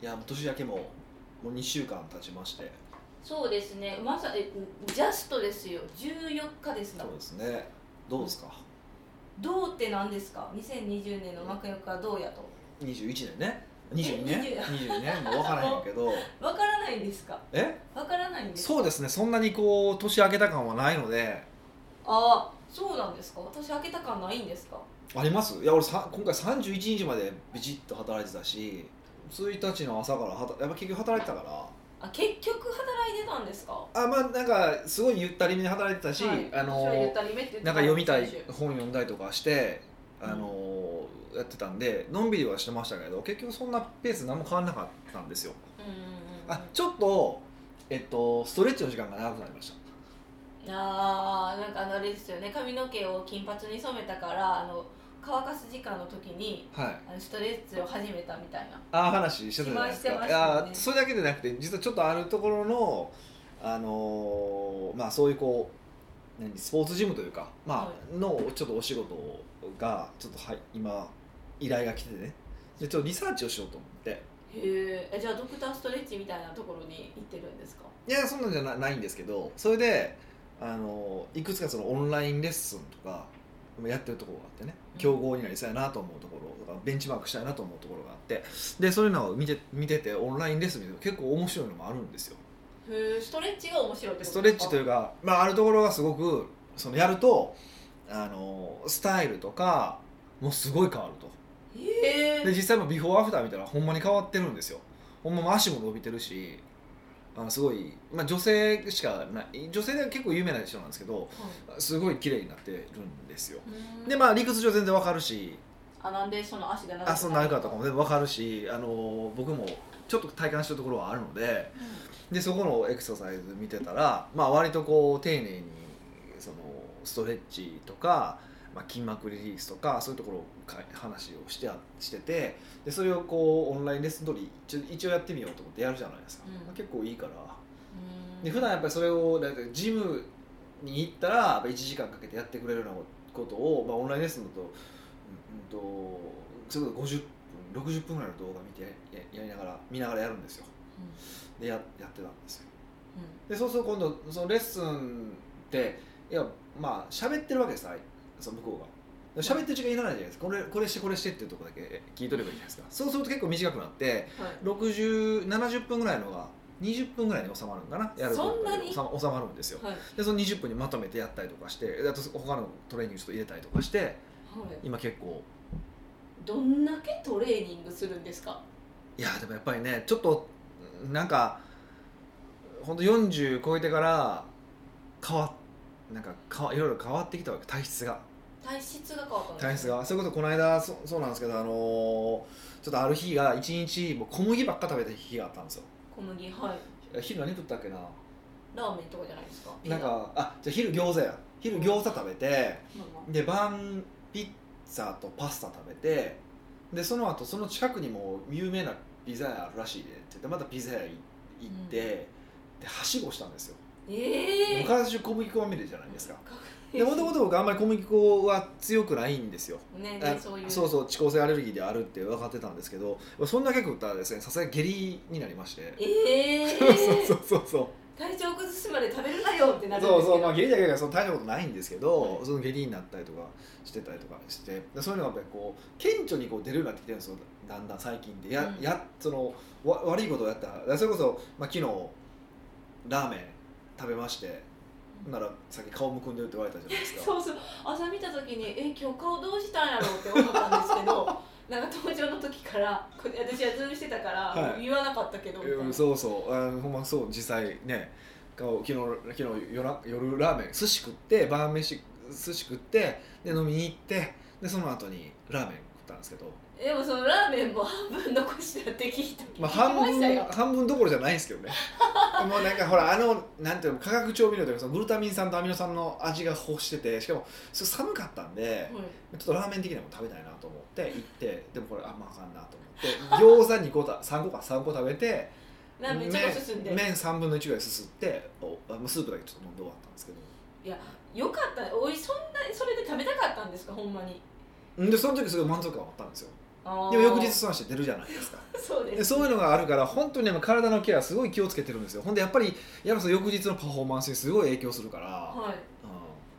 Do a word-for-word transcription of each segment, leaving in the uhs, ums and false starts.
いや年明けももうにしゅうかん経ちまして。 そうですね、まさえジャストですよ、じゅうよっかですが。 そうですね。どうですか。 どうって何ですか。にせんにじゅうねんの幕よかどうやと。 にじゅういちねんね。にじゅうにねんえにじゅうにねんもう分からへんけどわからないんですか。 えわからないんですか。 そうですね、そんなにこう年明けた感はないので。 ああ、そうなんですか。私明けた感ないんですか。 あります。いや俺さ今回さんじゅういちにちまでビチッと働いてたし、ついたちの朝からはたやっぱ結局働いてたから。 あ、結局働いてたんですか。 あ、まあなんかすごいゆったりめに働いてたし、 はい、 あの私はゆったりめって言ってたなんか読みたい先週本読んだりとかしてあの、うん、やってたんでのんびりはしてましたけど、結局そんなペース何も変わらなかったんですよ。 うんうんうん、 あ、ちょっとえっとストレッチの時間が長くなりました。 あー、なんかあのあれですよね、髪の毛を金髪に染めたからあの乾かす時間の時に、 はい、 あのストレッチを始めたみたいなあ話してたじゃないですか。 しましてまいしたね。 やそれだけでなくて実はちょっとあるところのあのー、まあそういうこう何スポーツジムというか、まあはのちょっとお仕事がちょっとはい今依頼が来てね、でちょっとリサーチをしようと思って。 へえ、じゃあドクターストレッチみたいなところに行ってるんですか。 いやそんなんじゃ な, ないんですけど、それであのいくつかそのオンラインレッスンとかやってるところがあってね、競合になりそうやなと思うところとかベンチマークしたいなと思うところがあって、でそういうのを見て見ててオンラインレッスン見てて結構面白いのもあるんですよ。 へえ、ストレッチが面白いってことですか。 ストレッチというか、まあ、あるところがすごくそのやるとあのスタイルとかもうすごい変わると。 へえ。 で実際もビフォーアフター見たらほんまに変わってるんですよ。ほんま足も伸びてるし、あのすごい、まあ、女性しかない女性では結構有名な人なんですけど、はい、すごい綺麗になってるんですよ。でまあ理屈上全然わかるし、 あ、なんでその足が長くなるかあそうなるかとかも全然わかるし、あの僕もちょっと体感してるところはあるので、うん、でそこのエクササイズ見てたら、まあ、割とこう丁寧にそのストレッチとか、まあ、筋膜リリースとかそういうところを話をしてしてて、でそれをこうオンラインレッスン通り一応やってみようと思ってやるじゃないですか、うんまあ、結構いいから。で普段やっぱりそれをだいたいジムに行ったらいちじかんかけてやってくれるようなことを、まあ、オンラインレッスンだと、うんとそれこそごじゅっぷんろくじゅっぷんぐらいの動画見て や, やりながら見ながらやるんですよ、うん、で や, やってたんですよ、うん、でそうすると今度そのレッスンっていやまあ喋ってるわけです、その向こうが喋ってる時間いらないじゃないですか。これこれしてこれしてっていうところだけ聞いとればいいじゃないですか。そうすると結構短くなって、はい、ろくじゅう、ななじゅっぷんぐらいのがにじゅっぷんぐらいに収まるんかな、やるそんなに収まるんですよ、はい、でそのにじゅっぷんにまとめてやったりとかして、あと他のトレーニングちょっと入れたりとかして、はい、今結構どんだけトレーニングするんですか。 いやでもやっぱりねちょっとなんか本当よんじゅう超えてから変わなんかかいろいろ変わってきたわけ、体質が体質が変わったんです、ね、 体質が。そういうことこの間 そ, そうなんですけど、あのー、ちょっとある日が一日もう小麦ばっか食べた日があったんですよ。 小麦、はい。 昼何食ったっけな。 ラーメンとかじゃないですか。 なんかあじゃあ昼餃子や昼餃子食べて、うん、で晩ピッツァとパスタ食べて、でその後その近くにも有名なピザ屋あるらしいでって言ってまたピザ屋行って、うん、ではしごしたんですよ。 ええー、 体中小麦粉まみれじゃないですか。でもともと僕あんまり小麦粉は強くないんですよ、 ねね、そういうそうそう、遅効性アレルギーであるって分かってたんですけど、そんだけ食ったらですね、さすがに下痢になりまして、 ええー、 そうそうそうそう、 体調崩すまで食べるなよってなるんですけど、 そうそう、まあ下痢だけがその大したことないんですけど、その下痢になったりとかしてたりとかして、そういうのがやっぱりこう顕著にこう出るようになってきてるんですよ、だんだん最近で、や、うん、やそのわ悪いことをやったら、それこそ、まあ、昨日ラーメン食べまして。ならさっき顔むくんでるって言われたじゃないですか。 そうそう、朝見た時にえ今日顔どうしたんやろうって思ったんですけどなんか登場の時から私はズームしてたから、はい、言わなかったけどみたいな、 そうそう、あほんまそう、実際ね顔昨日昨日 夜, 夜ラーメン寿司食って晩飯寿司食ってで飲みに行ってでその後にラーメン食ったんですけど、 でもそのラーメンも半分残したって聞いた、 まあ、半分半分どころじゃないんですけどねもうなんかほらあのなんていうの化学調味料というかそのグルタミン酸とアミノ酸の味が欲してて、しかも寒かったんで、うん、ちょっとラーメン的なもの食べたいなと思って行ってでもこれあんまあかんなと思って餃子にこたさんこかさんこ食べてラーメンちょっと進んで麺さんぶんのいちぐらいすすってスープだけちょっと飲んで終わったんですけど、 いやよかった、おいそんなそれで食べたかったんですかほんまに。 でその時すごい満足感あったんですよ。 でも翌日そのして出るじゃないですかそうです、ね、 でそういうのがあるから本当に、ね、体のケアすごい気をつけてるんですよ。ほんでやっぱりやっぱその翌日のパフォーマンスにすごい影響するから、 はい、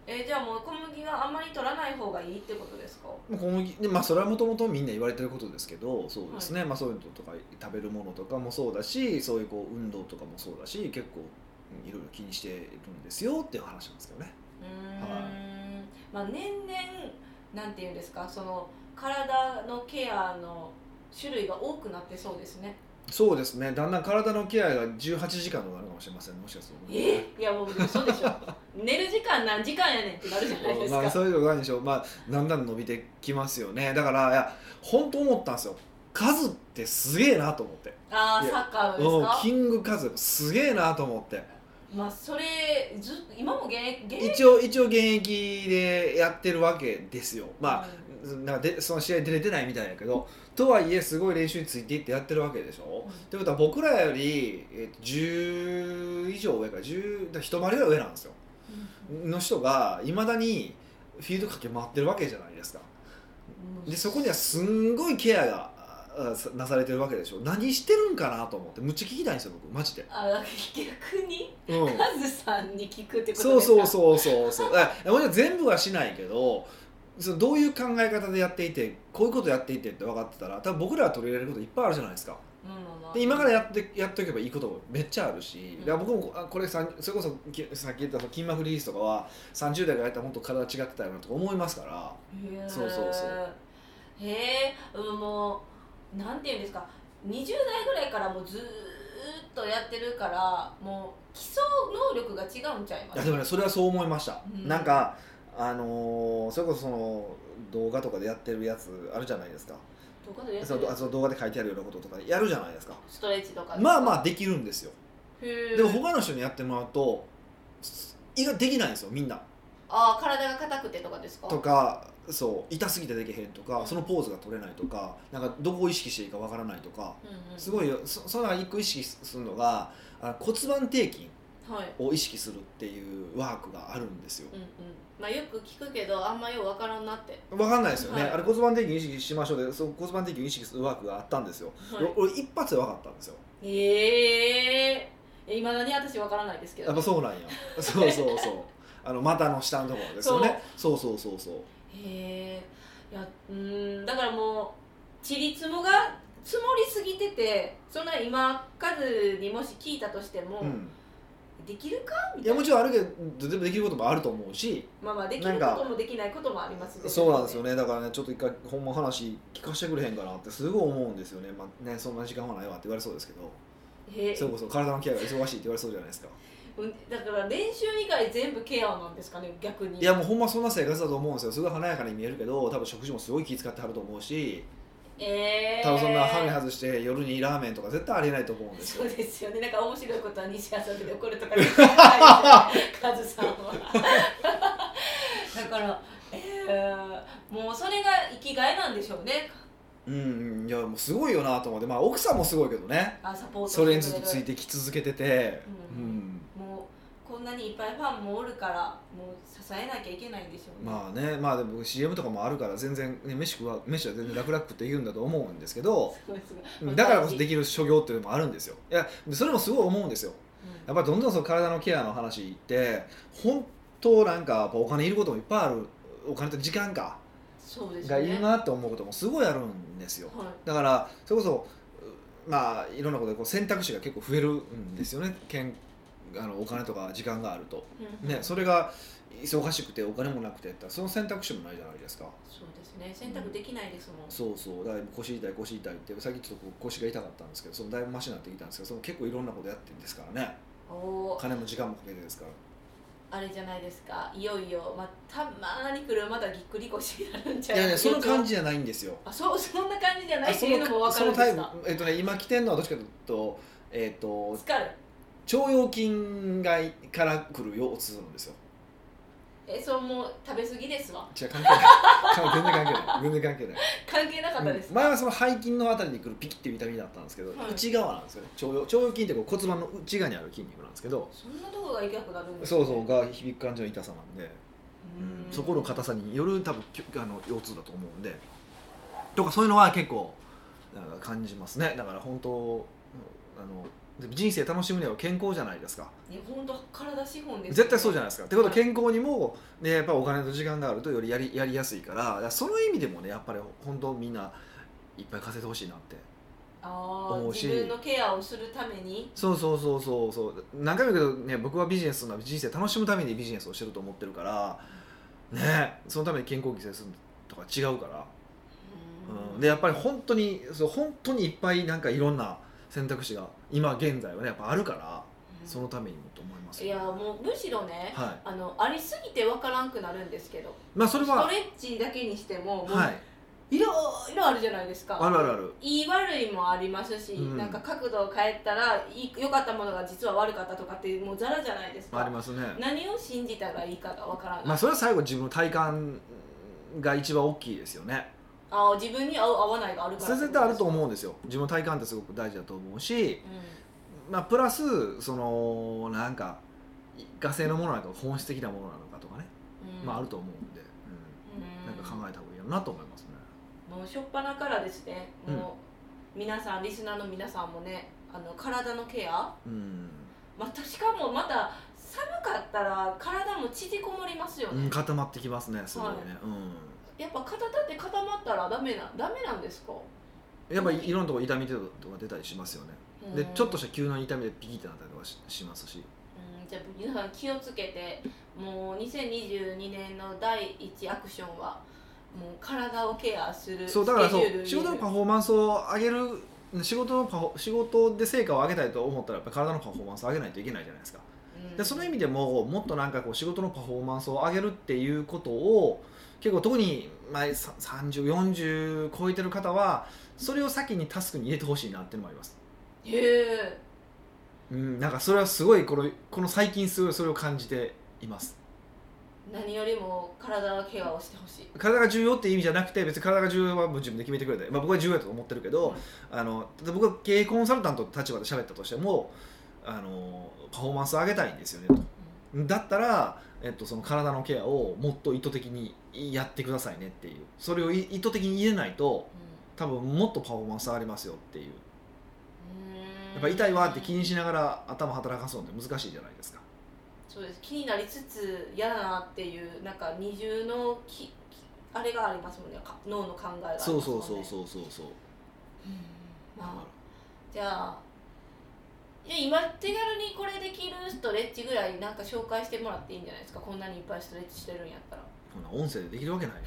うん、えー、じゃあもう小麦はあんまり取らない方がいいってことですか？ 小麦で、まあ、それはもともとみんな言われてることですけど、そうですね、はい、まあ、そういうのとか食べるものとかもそうだし、そういうこう運動とかもそうだし、結構いろいろ気にしてるんですよっていう話なんですけどね。 うーん、はい、まあ、年々なんていうんですか、その体のケアの種類が多くなってそうですね。 そうですね、だんだん体のケアがじゅうはちじかんとかなるかもしれません、もしかすると。 えー、いやもう嘘でしょ寝る時間何時間やねんってなるじゃないですか。 まあ、そういうのがあるんでしょう、まあ、だんだん伸びてきますよね。だからいや本当思ったんですよ、数ってすげえなと思って。 ああ、サッカーのですか？ キングカズすげえなと思って。 まあそれず今も現役一応一応現役でやってるわけですよ。まあ、うん、なんかでその試合出れてないみたいだけど、とはいえすごい練習についていってやってるわけでしょ。うん、ってことは僕らより、えー、じゅう以上上からじゅう一回りぐらい上なんですよ、うん、の人がいまだにフィールド駆け回ってるわけじゃないですか。うん、でそこにはすんごいケアがなされてるわけでしょ。何してるんかなと思ってむっちゃ聞きたいんですよ僕マジで。 あ、逆に、うん、カズさんに聞くってことですか？ そうそうそうそうそうもちろん全部はしないけど、そのどういう考え方でやっていてこういうことやっていてって分かってたら多分僕らは取り入れることいっぱいあるじゃないですか。うん、で今からやってやっておけばいいこともめっちゃあるし、うん、だから僕もこれさそれこそさっき言った筋膜リリースとかはさんじゅう代がやったら本当体違ってたよなとか思いますから。へそうそうそうへえ、もうなんていうんですか、にじゅう代ぐらいからもうずーっとやってるからもう基礎能力が違うんちゃいます？ いやでもねそれはそう思いました、うん、なんかあのー、それこそその動画とかでやってるやつあるじゃないですか。 動画でやってるやつその動画で書いてあるようなこととかやるじゃないですか。 ストレッチとかまあまあできるんですよ。でも他の人にやってもらうと意外できないんですよみんな。ああ、体が硬くてとかですか？ とか、そう痛すぎてできへんとか、そのポーズが取れないとか、なんかどこを意識していいかわからないとか、うんうん、すごい そ, その一個意識するのがあ骨盤底筋を意識するっていうワークがあるんですよ。 うんうん、まあ、よく聞くけどあんまようわからんなって。 わかんないですよね、はい、あれ骨盤底筋意識しましょうで、そ骨盤底筋を意識するワークがあったんですよ、はい、俺一発で分かったんですよ。 へえー、いまだに私わからないですけど、 ね、やっぱそうなんやそうそうそうあの股の下のところですよね。そうそうそうそう。 へえ、いや、うん、だからもうちりつもが積もりすぎてて、そんな今数にもし聞いたとしても、うん、できるかみたいな。いやもちろんあるけど全部できることもあると思うし、 まあまあできることもできないこともありますね。 そうなんですよね。だからねちょっと一回ほんま話聞かせてくれへんかなってすごい思うんですよね。まあねそんな時間はないわって言われそうですけど、へそれこそ体のケアが忙しいって言われそうじゃないですか。 だから練習以外全部ケアなんですかね逆に。 いやもうほんまそんな生活だと思うんですよ。すごい華やかに見えるけど多分食事もすごい気遣ってはると思うし、えー、多分そんなハメ外して夜にラーメンとか絶対ありえないと思うんですよ。 そうですよね。なんか面白いことは西朝で起こるとかですねカズさんはだから、えー、もうそれが生きがいなんでしょうね。 うん、いやもうすごいよなと思って、まあ奥さんもすごいけどね。 あ、サポートそれにずっとついてき続けてて、 うんうん、もうこんなにいっぱいファンもおるからもう支えなきゃいけないんでしょうね。まあね、 まあでも シーエム とかもあるから全然、ね、飯は飯は全然楽々って言うんだと思うんですけどだからこそできる所業っていうのもあるんですよ。いやそれもすごい思うんですよ、うん、やっぱりどんどんその体のケアの話って本当なんかお金いることもいっぱいある。お金と時間かそうですね、 がいるなって思うこともすごいあるんですよ、はい、だからそれこそまあいろんなことでこう選択肢が結構増えるんですよね。けんあのお金とか時間があると、うん、ね、それが忙しくてお金もなくてってその選択肢もないじゃないですか。 そうですね、選択できないですもん、うん、 そうそうだから腰痛い腰痛いってさっきちょっと腰が痛かったんですけどそのだいぶマシになってきたんですけどその結構いろんなことやってるんですからね。お金も時間もかけてですから。 あれじゃないですか、いよいよ、まあ、たまに来るまたぎっくり腰になるんちゃう。 いやいやその感じじゃないんですよ。 あ、そそんな感じじゃないっていうのも分かるんですか。 えっとね、今来てるのはどっちかというと、えっと、 疲れ腸腰筋がから来る腰痛なんですよ。 え、そうもう食べ過ぎですわ。 違う関係ない全然関係ない全然関係ない関係なかったです、 うん、前はその背筋のあたりに来るピキっていう痛みだったんですけど、はい、内側なんですよね。腸腰腸腰筋ってこう骨盤の内側にある筋肉なんですけど、 そんなところが痛くなるんですか、 ね、そうそうが響く感じの痛さなんで、うん、そこの硬さによる多分あの腰痛だと思うんで。 とかそういうのは結構なんか感じますね。だから本当あの人生楽しむには健康じゃないですか。 いや本当体資本です、ね、 絶対そうじゃないですか。ってことは健康にも、ね、やっぱお金と時間があるとよりやり、やりやすいから、だからその意味でもねやっぱり本当みんないっぱい稼いでほしいなって思うし、 自分のケアをするために。 そうそうそうそうそう、何回も言うけどね、僕はビジネスの人生楽しむためにビジネスをしてると思ってるからね、そのために健康犠牲するとか違うから、うん、でやっぱり本当にそう本当にいっぱいなんかいろんな選択肢が今現在はねやっぱあるから、うん、そのためにもと思います、 ね、いやもうむしろね、 はい、 あのありすぎて分からんくなるんですけど、 まあそれはストレッチだけにしてももう、 はい、 いろいろあるじゃないですか。 あるあるある。 いい悪いもありますし、うん、なんか角度を変えたら良かったものが実は悪かったとかってもうザラじゃないですか。 ありますね。 何を信じたらいいかが分からない。 まあそれは最後自分の体感が一番大きいですよね。 あ自分に合う合わないがあるから。 それ絶対あると思うんですよ。自分の体感ってすごく大事だと思うし、うん、まあプラスそのなんか惰性のものなのか本質的なものなのかとかね、うん、まああると思うんで、うん、なんか考えた方がいいなと思いますね。 もう初っ端からですね、もう皆さんリスナーの皆さんもね、あの体のケア、うん、またしかもまた寒かったら体も縮こもりますよね、 うん、固まってきますね、すごいね、はい、うん、 やっぱ体って固まったらダメなダメなんですか？ やっぱりいろんなとこ痛みとか出たりしますよね、うん、でちょっとした急な痛みでピキってなったりとか し, しますし、 うん、じゃあ皆さん気をつけて、もうにせんにじゅうにねんの第一アクションはもう体をケアする。 そうだからそう仕事のパフォーマンスを上げる、仕事のパフォ仕事で成果を上げたいと思ったらやっぱ体のパフォーマンスを上げないといけないじゃないですか、うん、でその意味でももっとなんかこう仕事のパフォーマンスを上げるっていうことを結構特に前さんじゅう、よんじゅう超えてる方はそれを先にタスクに入れてほしいなっていうのもあります。 へえ、 うん、なんかそれはすごいこの、この最近すごいそれを感じています。 何よりも体のケアをしてほしい。 体が重要っていう意味じゃなくて、別に体が重要は自分で決めてくれて、まあ、僕は重要だと思ってるけど、うん、あの僕は経営コンサルタントの立場で喋ったとしてもあのパフォーマンスを上げたいんですよねと、うん、だったら、えっと、その体のケアをもっと意図的にやってくださいねっていう、それを意図的に入れないと、うん、多分もっとパフォーマンス上がりますよっていう、やっぱ痛いわって気にしながら頭働かすのって難しいじゃないですか。 そうです、気になりつつ嫌だなっていうなんか二重のきあれがありますもんね、脳の考えがありますもんね。 そうそうそうそうそうそう、 うん、まあじゃあ今手軽にこれできるストレッチぐらいなんか紹介してもらっていいんじゃないですか。こんなにいっぱいストレッチしてるんやったら。 こんな音声でできるわけない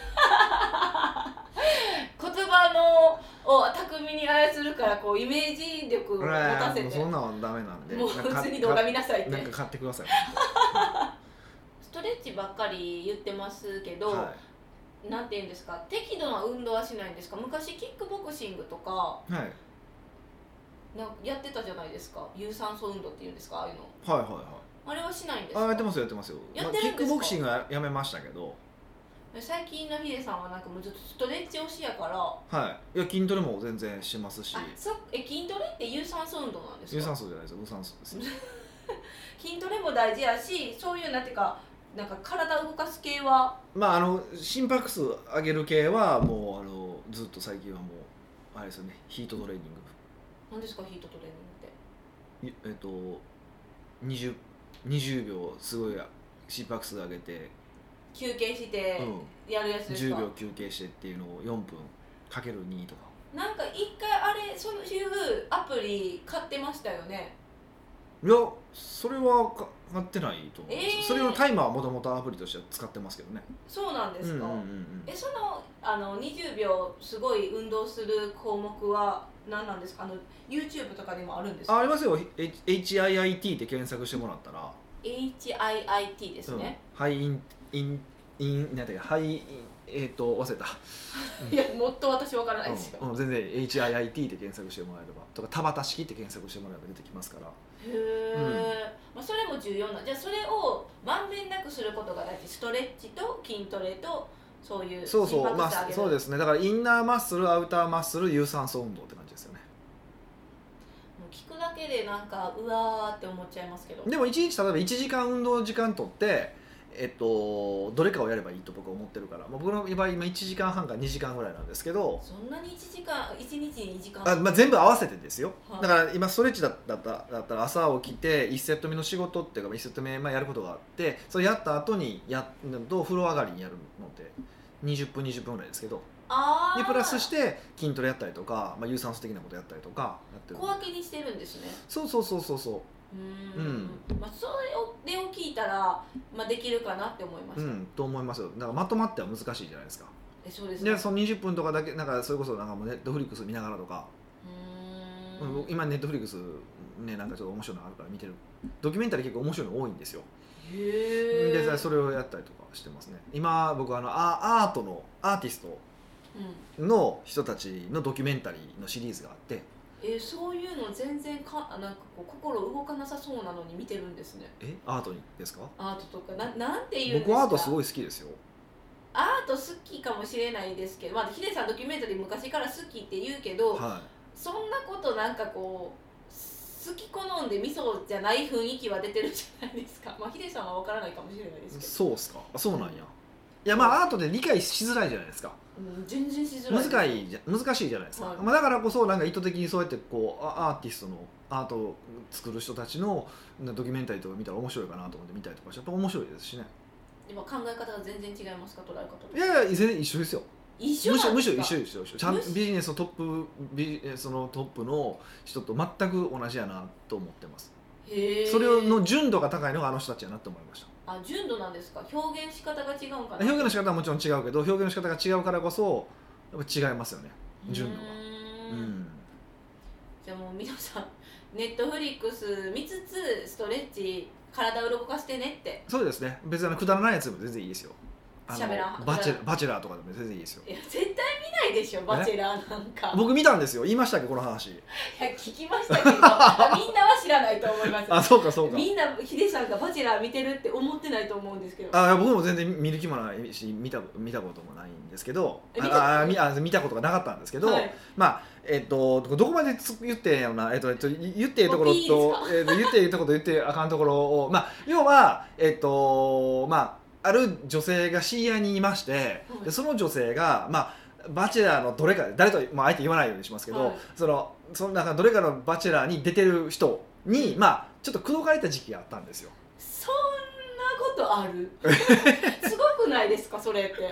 言葉のを巧みに操るからこうイメージ力を持たせて、 そんなのはダメなんで、 もう普通に動画見なさいってなんか買ってくださいストレッチばっかり言ってますけど、はい、なんていうんですか、適度な運動はしないんですか。昔キックボクシングとか、はい、なんかやってたじゃないですか。有酸素運動っていうんですか、ああいうの。 はいはいはい。 あれはしないんですか。 あ、やってますよやってますよ。 やってるんですか。 まあ、キックボクシングはやめましたけど、 最近のヒデさんはなんかもうちょっとストレッチ推しやから。 はい。いや筋トレも全然しますし。 あ、そえ筋トレって有酸素運動なんですか。 有酸素じゃないですよ、無酸素ですよ筋トレも大事やし、そういうなんていうか、なんか体を動かす系は、 まああの心拍数上げる系はもうあのずっと最近はもうあれですよね、ヒートトレーニング。 何ですかヒートトレーニングって。 えっとにじゅう、にじゅうびょうすごい心拍数上げて休憩してやるやつですか、うん、 じゅうびょう休憩してっていうのをよんぷんかけるにとか。 なんか一回あれそういうアプリ買ってましたよね。 いやそれは買ってないと思う、えー、それのタイマーはもともとアプリとしては使ってますけどね。 そうなんですか、 うんうんうんうん、 えそのあのにじゅうびょうすごい運動する項目は何なんですか。あの YouTube とかでもあるんですか。 あ, ありますよ。 エイチアイアイティー って検索してもらったらエイチアイアイティー ですね、 うん、ハイインインインなんていうかハイえっ、ー、と忘れたいやもっと私分からないですよ、 うんうん、全然 エイチアイアイティー って検索してもらえればとか田畑式って検索してもらえば出てきますから。 へえ、うん、まあ、それも重要な。じゃあそれをまんべんなくすることが大事。ストレッチと筋トレとそういうそうそう、まあ、そうですね。だからインナーマッスルアウターマッスル有酸素運動って感じですよね。 もう聞くだけでなんかうわーって思っちゃいますけど。 でもいちにち例えばいちじかん運動時間とってえっと、どれかをやればいいと僕は思ってるから、まあ、僕の場合今いちじかんはんかにじかんぐらいなんですけど、 そんなにいちじかんいちにちににじかん、 あ、まあ、全部合わせてですよ、 はい、 だから今ストレッチだったら、だったら朝起きていちセット目の仕事っていうかいちセット目まあやることがあって、それやった後にやると風呂上がりにやるのでにじゅっぷんにじゅっぷんぐらいですけど、 あでプラスして筋トレやったりとか、まあ、有酸素的なことやったりとかやってる。 小分けにしてるんですね。 そうそうそうそうそう。 うーん、うん、まあ、それを聞いたら、まあ、できるかなって思いました。 うん、と思いますよ。だからまとまっては難しいじゃないですか。 え、そうですね。 でそのにじゅっぷんとかだけなんかそれこそなんかもうネットフリックス見ながらとか、 うーん、 今ネットフリックスねなんかちょっと面白いのあるから見てる。ドキュメンタリー結構面白いの多いんですよ。 へでそれをやったりとかしてますね。今僕あのアートのアーティストの人たちのドキュメンタリーのシリーズがあって、 え、そういうの全然かなんかこう心動かなさそうなのに見てるんですね。 え、アートにですか？ アートとかな、なんていうんですか。 僕アートすごい好きですよ。 アート好きかもしれないですけど、まあ、ヒデさんドキュメンタリー昔から好きって言うけど、 はい、 そんなことなんかこう好き好んで味噌じゃない雰囲気は出てるじゃないですか。まあヒデさんは分からないかもしれないですけど。 そうっすか。あ、そうなんや。いやまあアートで理解しづらいじゃないですか。 うん、全然しづらい。 難しいじゃ難しいじゃないですか、 はい、 まあ、だからこそなんか意図的にそうやってこうアーティストのアートを作る人たちのドキュメンタリーとか見たら面白いかなと思って見たりとかしてやっぱ面白いですしね。 今考え方が全然違いますか、捉え方とか。 いやいや全然一緒ですよ。 一緒なんですか？ むしろむしろ一緒一緒一緒。ちゃんビジネスのトップビそのトップの人と全く同じやなと思ってます。 へー、 それの純度が高いのがあの人たちやなと思いました。 あ、純度なんですか。表現仕方が違うんかな。 表現の仕方はもちろん違うけど表現の仕方が違うからこそやっぱ違いますよね、純度が。 うん、じゃあもう皆さんネットフリックス見つつストレッチ体を動かしてねって。 そうですね。別にあのくだらないやつでも全然いいですよ。あのバチェラーバチェラーとかでも全然いいですよ。 いや絶対見ないでしょバチェラーなんか。 僕見たんですよ。言いましたっけこの話。いや聞きましたけどみんなは知らないと思います。 あ、そうかそうか。 みんなヒデさんがバチェラー見てるって思ってないと思うんですけど。 あ、僕も全然見る気もないし見た見たこともないんですけど、ああ見あ見たことがなかったんですけど、はい、まあえっとどこまでつ言ってんやろな、えっとえっと言っていいところとえっと言っていいところと言ってあかんところを、まあ要はえっとまあある女性が知り合いにいまして、でその女性がまあバチェラーのどれか誰と、まあ、あえて言わないようにしますけど、はい、そのその中どれかのバチェラーに出てる人に、まあちょっと口説かれた時期があったんですよ。 そんなことあるすごくないですかそれって。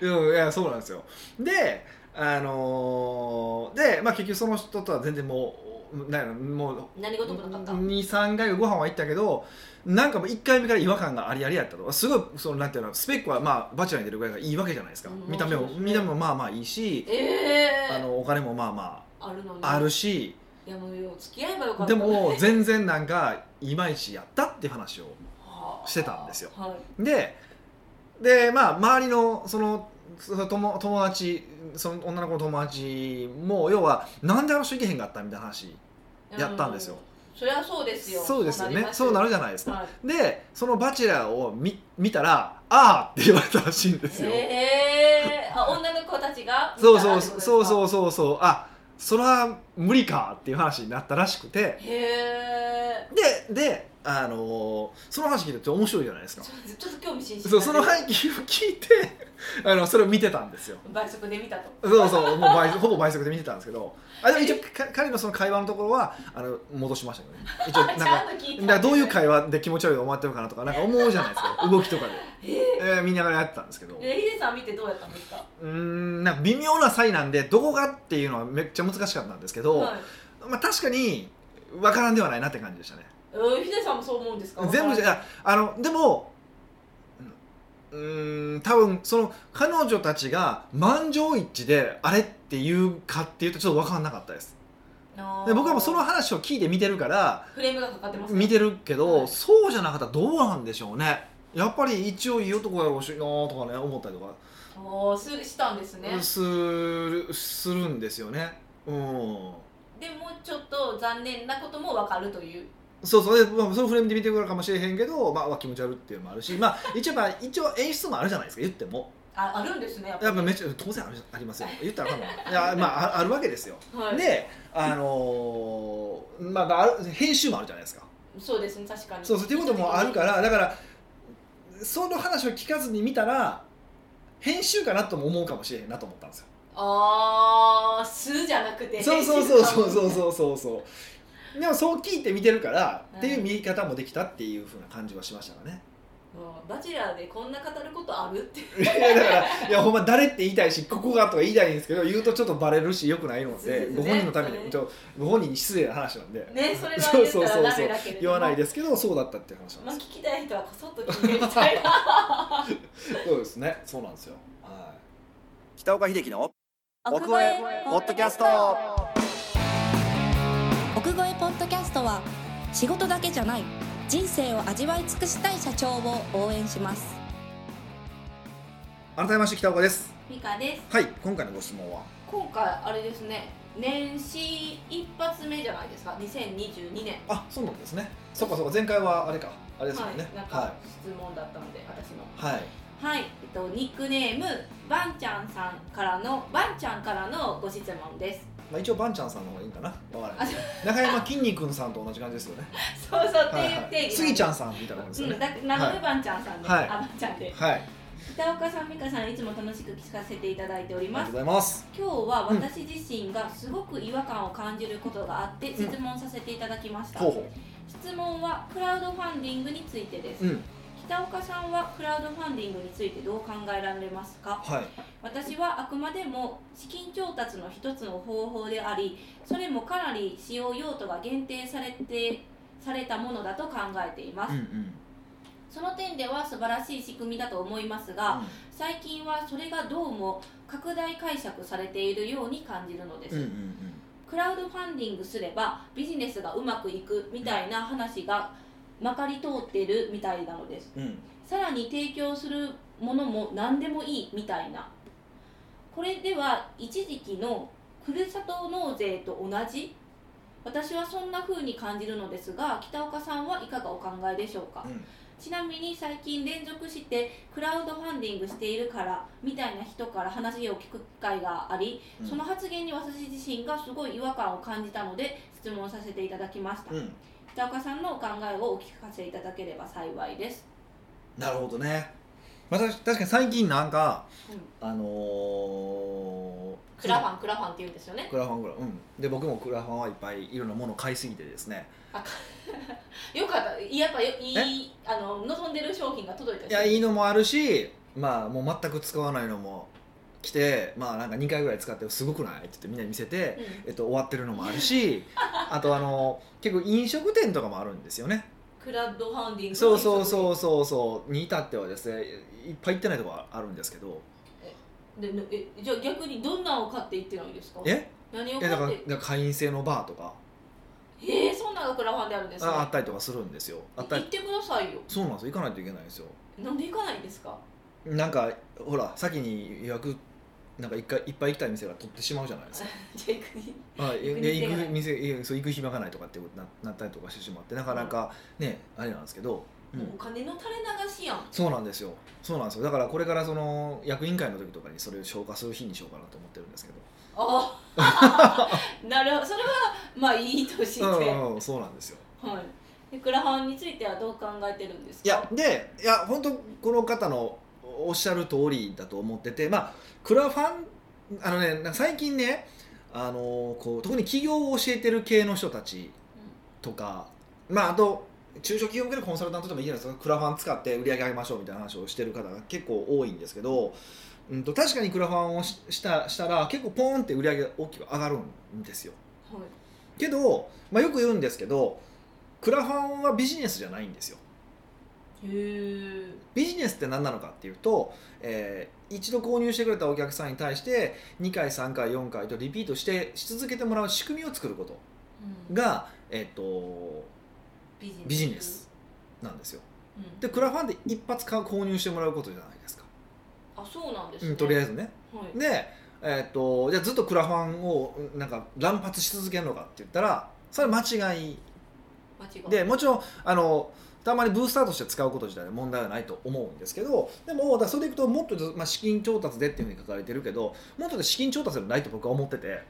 うん、いやそうなんですよ。であのー、で、まあ、結局その人とは全然もうなもう何事もなかった。 にさんかいご飯は行ったけどなんかもういっかいめから違和感がありありやったと。すごいそのなんていうのスペックはまあバチェラーに出るぐらいがいいわけじゃないですか、うん、見た目も、ね、見た目もまあまあいいし、 えー、 あのお金もまあまああるのにあるし、 いやもう付き合えばよかった。 でも全然なんかいまいちやったっていう話をしてたんですよ。 はい、 ででまあ周りのそのその 友, 友達その女の子の友達も要はなんであの人行けへんかったみたいな話やったんですよ。 そりゃそうですよ。 そうですよね。そうなるじゃないですか。 はい、 でそのバチェラーを 見, 見たら「ああ」って言われたらしいんですよ。 へー、あ女の子たちがそうそうそうそうそうそうあそれは無理かっていう話になったらしくて。 へーでであのー、その話聞いてて面白いじゃないですか。 ちょっと興味津々。 そうその背景を聞いてあのそれを見てたんですよ。 倍速で見たと。 そうそうもう倍ほぼ倍速で見てたんですけど、あでも一応彼のその会話のところはあの戻しましたけどね。一応なんかなんかどういう会話で気持ち悪いと思ってるかなとかなんか思うじゃないですか動きとかで、えー、見ながらやってたんですけど。 えヒデさん見てどうやったんですか。 うーんなんか微妙な差異なんでどこがっていうのはめっちゃ難しかったんですけど、はい、まあ確かに分からんではないなって感じでしたね。 えー、ヒデさんもそう思うんですか。 全部じゃあのでもうーん多分その彼女たちが満場一致であれっていうかっていうとちょっと分からなかったです。で僕はもうその話を聞いて見てるからフレームがかかってます、ね、 見てるけど、はい、そうじゃなかったらどうなんでしょうね。やっぱり一応いい男やろうしなとかね思ったりとかおすしたんですね。 するするんですよね。うんでもちょっと残念なことも分かるという。 そうそうで、まあ、そのフレームで見てくるかもしれへんけど、まあ、気持ち悪いっていうのもあるし、まあ、一応、まあ、一応演出もあるじゃないですか言っても。 あ, あるんですね。やっぱやっぱめっちゃ当然あるありますよ言ったらいや、まあ、あるわけですよ、はい、であのー、まあ、編集もあるじゃないですか。 そうですね確かに。 そうそうっていうこともあるからだからその話を聞かずに見たら編集かなとも思うかもしれへんなと思ったんですよ。 ああ、数じゃなくてそうそうそうそうそうそうそうそうでもそう聞いて見てるから、うん、っていう見方もできたっていう風な感じはしましたかね。 バチェラーでこんな語ることあるっていやだからいやほんま誰って言いたいしここがとか言いたいんですけど言うとちょっとバレるし良くないので、ね、ご本人のためにちょご本人に失礼な話なんでねそれは言ったらダメだけれども言わないですけどそうだったっていう話なんです。 まあ聞きたい人はこそっと聞いてみたいなそうですねそうなんですよ、はい、 北岡秀樹の奥越えポッドキャスト。 奥越えポッドキャストは仕事だけじゃない人生を味わい尽くしたい社長を応援します。 改めまして北岡です。 ミカです。 はい、今回のご質問は今回あれですね年始一発目じゃないですかにせんにじゅうにねん。 あ、そうなんですね。そっかそっか前回はあれかあれですよね、 はい、なんか質問だったので、はい、私のはいはい、えっと、ニックネームバンちゃんさんからのバンちゃんからのご質問です。 まあ、一応バンちゃんさんの方がいいかなわからない中山きんに君さんと同じ感じですよねそうそうっていう定義、 スギちゃんさんみたいな感じですよね、 うん、だ名前バンちゃんさんで、はい、あバンちゃんで、 はい、 北岡さん、美香さんいつも楽しく聞かせていただいております。 ありがとうございます。 今日は私自身がすごく違和感を感じることがあって質問させていただきました、うん、ほうほう。質問はクラウドファンディングについてです、うん、北岡さんはクラウドファンディングについてどう考えられますか？ はい、 私はあくまでも資金調達の一つの方法であり、それもかなり使用用途が限定されてされたものだと考えています、うんうん、その点では素晴らしい仕組みだと思いますが、うん、最近はそれがどうも拡大解釈されているように感じるのです、うんうんうん、クラウドファンディングすればビジネスがうまくいくみたいな話がまかり通っているみたいなのです、うん、さらに提供するものも何でもいいみたいな。これでは一時期のふるさと納税と同じ？私はそんな風に感じるのですが、北岡さんはいかがお考えでしょうか、うん、ちなみに最近連続してクラウドファンディングしているからみたいな人から話を聞く機会があり、うん、その発言に私自身がすごい違和感を感じたので質問させていただきました、うん、北岡さんのお考えをお聞かせいただければ幸いです。 なるほどね。まあ、確かに最近なんか、うん、あのー、 クラファンクラファンって言うんですよね。 クラファンクラファン、うん、で僕もクラファンはいっぱいいろんなものを買いすぎてですね。 あよかった。やっぱいいあの望んでる商品が届いたり。 いやいいのもあるし、まあもう全く使わないのも来て、まあなんかにかいぐらい使ってすごくないって言ってみんなに見せて、うん、えっと終わってるのもあるし、あとあの結構飲食店とかもあるんですよね。 クラウドファンディングそうそうそうそうそうに至ってはですねいっぱい行ってないところあるんですけど。 でえじゃあ逆にどんなのを買っていってないんですか？ え何を買って？ えだからだから会員制のバーとか。 えー、そんなのがクラファンであるんですか？ あ, あったりとかするんですよ。あったり行ってくださいよ。 そうなんですよ。行かないといけないんですよ。 なんで行かないんですか？ なんかほら先に予約なんかいっかいいっぱい行きたい店が取ってしまうじゃないですか。 じゃあ行くにあ行く行く店そう行く暇がないとかってことに な, なったりとかしてしまってなかなかね、うん、あれなんですけど。 もうお金の垂れ流しやん。 そうなんですよ。そうなんですよ。だからこれからその役員会の時とかにそれを消化する日にしようかなと思ってるんですけど。 ああなるほど。それはまあいいとして、 うんうん、そうなんですよ。 はい。でクラファンについてはどう考えてるんですか？ いやでいや本当この方のおっしゃる通りだと思ってて、まあクラファンあのね最近ねあのこう特に企業を教えてる系の人たちとか、うん、まああと中小企業向けのコンサルタントでもいいじゃないですか。クラファン使って売り上げ上げましょうみたいな話をしてる方が結構多いんですけど、うん、と確かにクラファンを し, した, したら結構ポーンって売り上げが大きく上がるんですよ、はい、けど、まあ、よく言うんですけどクラファンはビジネスじゃないんですよ。 へー。 ビジネスって何なのかっていうと、えー、一度購入してくれたお客さんに対してにかいさんかいよんかいとリピートしてし続けてもらう仕組みを作ることが、うん、えっ、ー、とビジネス、 ビジネスなんですよ、うん、でクラファンで一発購入してもらうことじゃないですか。 あ、そうなんですね、 うん、とりあえずね、 はい、 で、えー、とじゃあずっとクラファンをなんか乱発し続けるのかって言ったらそれは間違いで、もちろんあのたまにブースターとして使うこと自体は問題はないと思うんですけど、でもだそれでいくともっと、まあ、資金調達でっていうふうに書かれてるけどもっと資金調達でもないと僕は思ってて、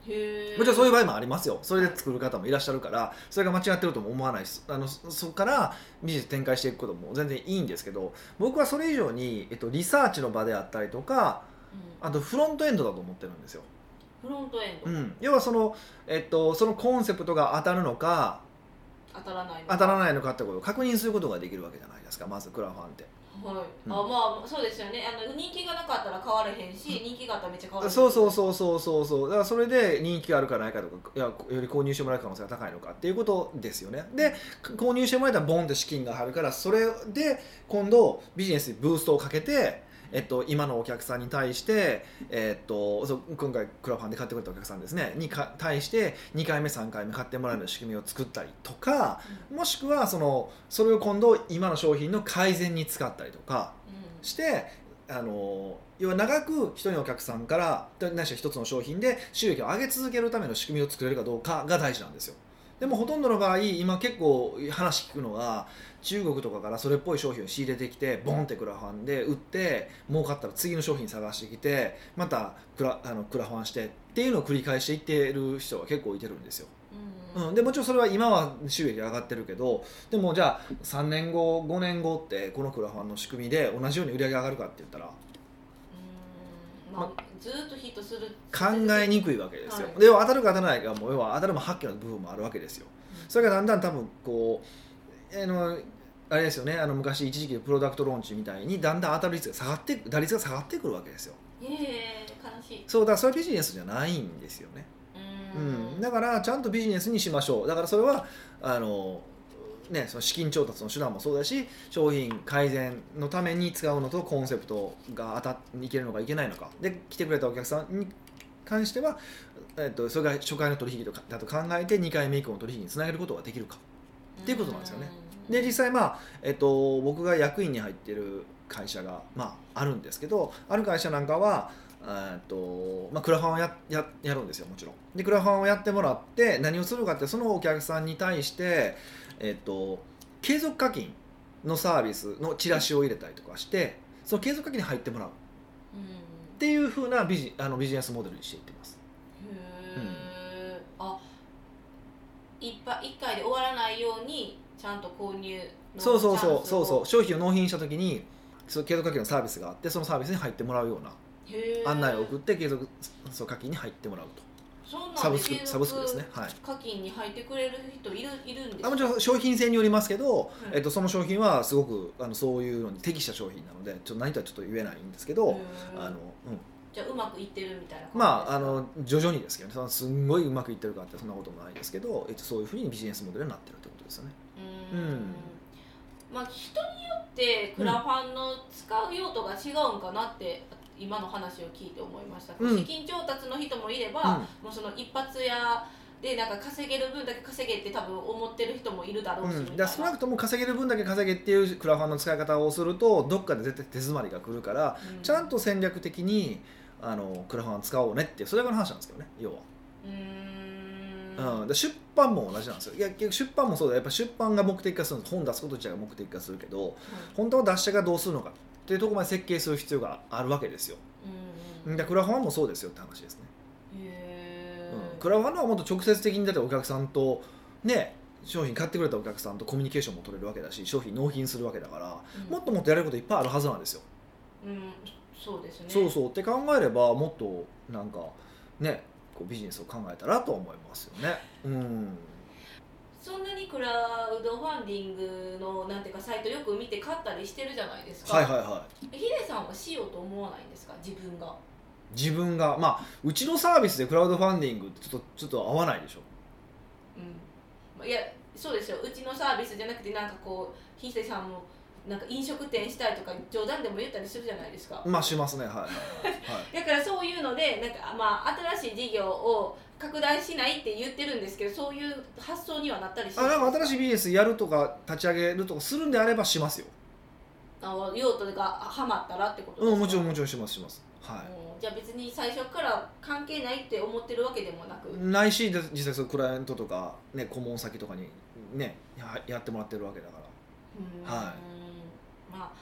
へもちろんそういう場合もありますよ。それで作る方もいらっしゃるからそれが間違ってるとも思わないです。あのそこからビジネス展開していくことも全然いいんですけど、僕はそれ以上に、えっと、リサーチの場であったりとか、うん、あとフロントエンドだと思ってるんですよ。 フロントエンド、 うん、要はその、えっと、そのコンセプトが当たるのか当たらないのか当たらないのかってことを確認することができるわけじゃないですか、まずクラファンって。 はい、うん、あまあそうですよね。あの人気がなかったら変われへんし、人気があったらめっちゃ変わる。 そうそうそうそうそうそう。だからそれで人気があるかないかとか、いやより購入してもらえる可能性が高いのかっていうことですよね。で購入してもらえたらボンって資金が入るから、それで今度ビジネスにブーストをかけて、えっと、今のお客さんに対して、えっと、そう今回クラファンで買ってくれたお客さんですねにか対してにかいめさんかいめ買ってもらえる仕組みを作ったりとか、もしくはそのそれを今度今の商品の改善に使ったりとかして、あの要は長く一人のお客さんからないしは一つの商品で収益を上げ続けるための仕組みを作れるかどうかが大事なんですよ。でもほとんどの場合今結構話聞くのが、中国とかからそれっぽい商品を仕入れてきてボンってクラファンで売って儲かったら次の商品探してきてまたクラあのクラファンしてっていうのを繰り返していっている人が結構いてるんですよ。うんうん、でもちろんそれは今は収益上がってるけど、でもじゃあさんねんごごねんごってこのクラファンの仕組みで同じように売り上げ上がるかって言ったら、 うん、まあ、ずっとヒットする考えにくいわけですよ。 はい、 で当たるか当たらないかも要は当たるも発見の部分もあるわけですよ。うん、それがだんだん多分こうあのあれですよね、あの昔一時期プロダクトローンチみたいにだんだん当たる率が下がって打率が下がってくるわけですよ。 へえ悲しい。 そうだからそれはビジネスじゃないんですよね。うん、だからちゃんとビジネスにしましょう。だからそれはあの、ね、その資金調達の手段もそうだし、商品改善のために使うのとコンセプトが当たっていけるのかいけないのかで、来てくれたお客さんに関しては、えっと、それが初回の取引だと考えてにかいめ以降の取引につなげることができるかっていうことなんですよね。で実際、まあえっと、僕が役員に入っている会社が、まあ、あるんですけど、ある会社なんかはえっとまあ、クラファンを や, や, やるんですよ、もちろん。でクラファンをやってもらって何をするかって、そのお客さんに対して、えっと、継続課金のサービスのチラシを入れたりとかして、その継続課金に入ってもらうっていう風なビジあのビジネスモデルにしていってます。 へー、うん、あいっぱいいっかいで終わらないようにちゃんと購入のそうそうそうそうそう商品を納品した時にその継続課金のサービスがあって、そのサービスに入ってもらうような案内を送って継続課金に入ってもらうと。 そんなんサブスクサブスクですね。はい。 課金に入ってくれる人いるいるんですか？ あもちろん商品性によりますけど、うんえっと、その商品はすごくあのそういうのに適した商品なので、ちょっと何とはちょっと言えないんですけど、あの、うん、 じゃあうまくいってるみたいな感じですか？ まああの徐々にですけどね、そのすんごいうまくいってるかってそんなこともないですけど、えっと、そういうふうにビジネスモデルになってるってことですよね。 うん、うんまあ、人によってクラファンの使う用途が違うんかなって今の話を聞いて思いました。うん、資金調達の人もいれば、うん、もうその一発屋でなんか稼げる分だけ稼げって多分思ってる人もいるだろうし、うん、みたいな。 少なくとも稼げる分だけ稼げっていうクラファンの使い方をするとどっかで絶対手詰まりが来るから、うん、ちゃんと戦略的にあのクラファン使おうねっていう、それがの話なんですけどね、要は。うーん、うん、で出版も同じなんですよ。いや結局出版もそうだ、やっぱ出版が目的化するんです。本出すこと自体が目的化するけど、うん、本当は出し手がどうするのかっていうところまで設計する必要があるわけですよ。うん、でクラファンもそうですよって話ですね。へー、うん、クラファンはもっと直接的にだってお客さんとね、商品買ってくれたお客さんとコミュニケーションも取れるわけだし、商品納品するわけだから、うん、もっともっとやれることいっぱいあるはずなんですよ。 うん、そうですね。 そうそうって考えればもっとなんかね、こうビジネスを考えたらと思いますよね。うん。 そんなにクラウドファンディングのなんていうかサイトよく見て買ったりしてるじゃないですか。 はいはいはい。 ヒデさんはしようと思わないんですか、自分が。 自分がまあうちのサービスでクラウドファンディングってちょっとちょっと合わないでしょ。 うん。いやそうですよ。うちのサービスじゃなくてなんかこうヒデさんもなんか飲食店したいとか冗談でも言ったりするじゃないですか。 まあしますね、はい、はい、 だからそういうのでなんか、まあ、新しい事業を拡大しないって言ってるんですけど、そういう発想にはなったりしますか？ あなんか新しいビジネスやるとか立ち上げるとかするんであればしますよ。 あ用途がはまったらってことですか？ うん、もちろんもちろんしますします、はい。 うん、じゃあ別に最初から関係ないって思ってるわけでもなくないし、実際そのクライアントとか、ね、顧問先とかに、ね、やってもらってるわけだから。はい。 まあ、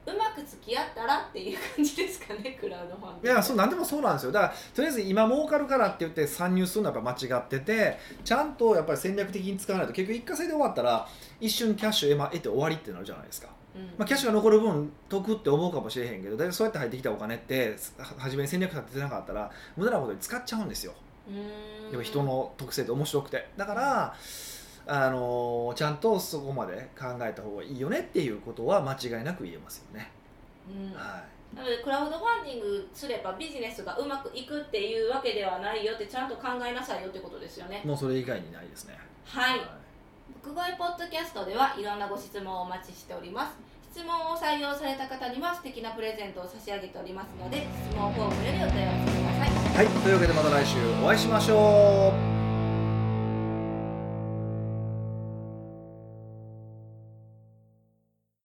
うまく付き合ったらっていう感じですかね、クラウドファンディング。 いや、そう、何でもそうなんですよ。だからとりあえず今儲かるからって言って参入するのはやっぱ間違ってて、ちゃんとやっぱり戦略的に使わないと結局一過性で終わったら一瞬キャッシュ得て終わりってなるじゃないですか。うん、まあ、キャッシュが残る分得って思うかもしれへんけど、だいたいそうやって入ってきたお金って初めに戦略立ててなかったら無駄なことに使っちゃうんですよ。うーん、でも人の特性って面白くて、だから、あのー、ちゃんとそこまで考えた方がいいよねっていうことは間違いなく言えますよね。うん、はい、なのでクラウドファンディングすればビジネスがうまくいくっていうわけではないよってちゃんと考えなさいよってことですよね。 もうそれ以外にないですね。 はい、はい、僕声ポッドキャストではいろんなご質問をお待ちしております。質問を採用された方には素敵なプレゼントを差し上げておりますので、質問フォームよりお問い合わせください。 はい、というわけでまた来週お会いしましょう。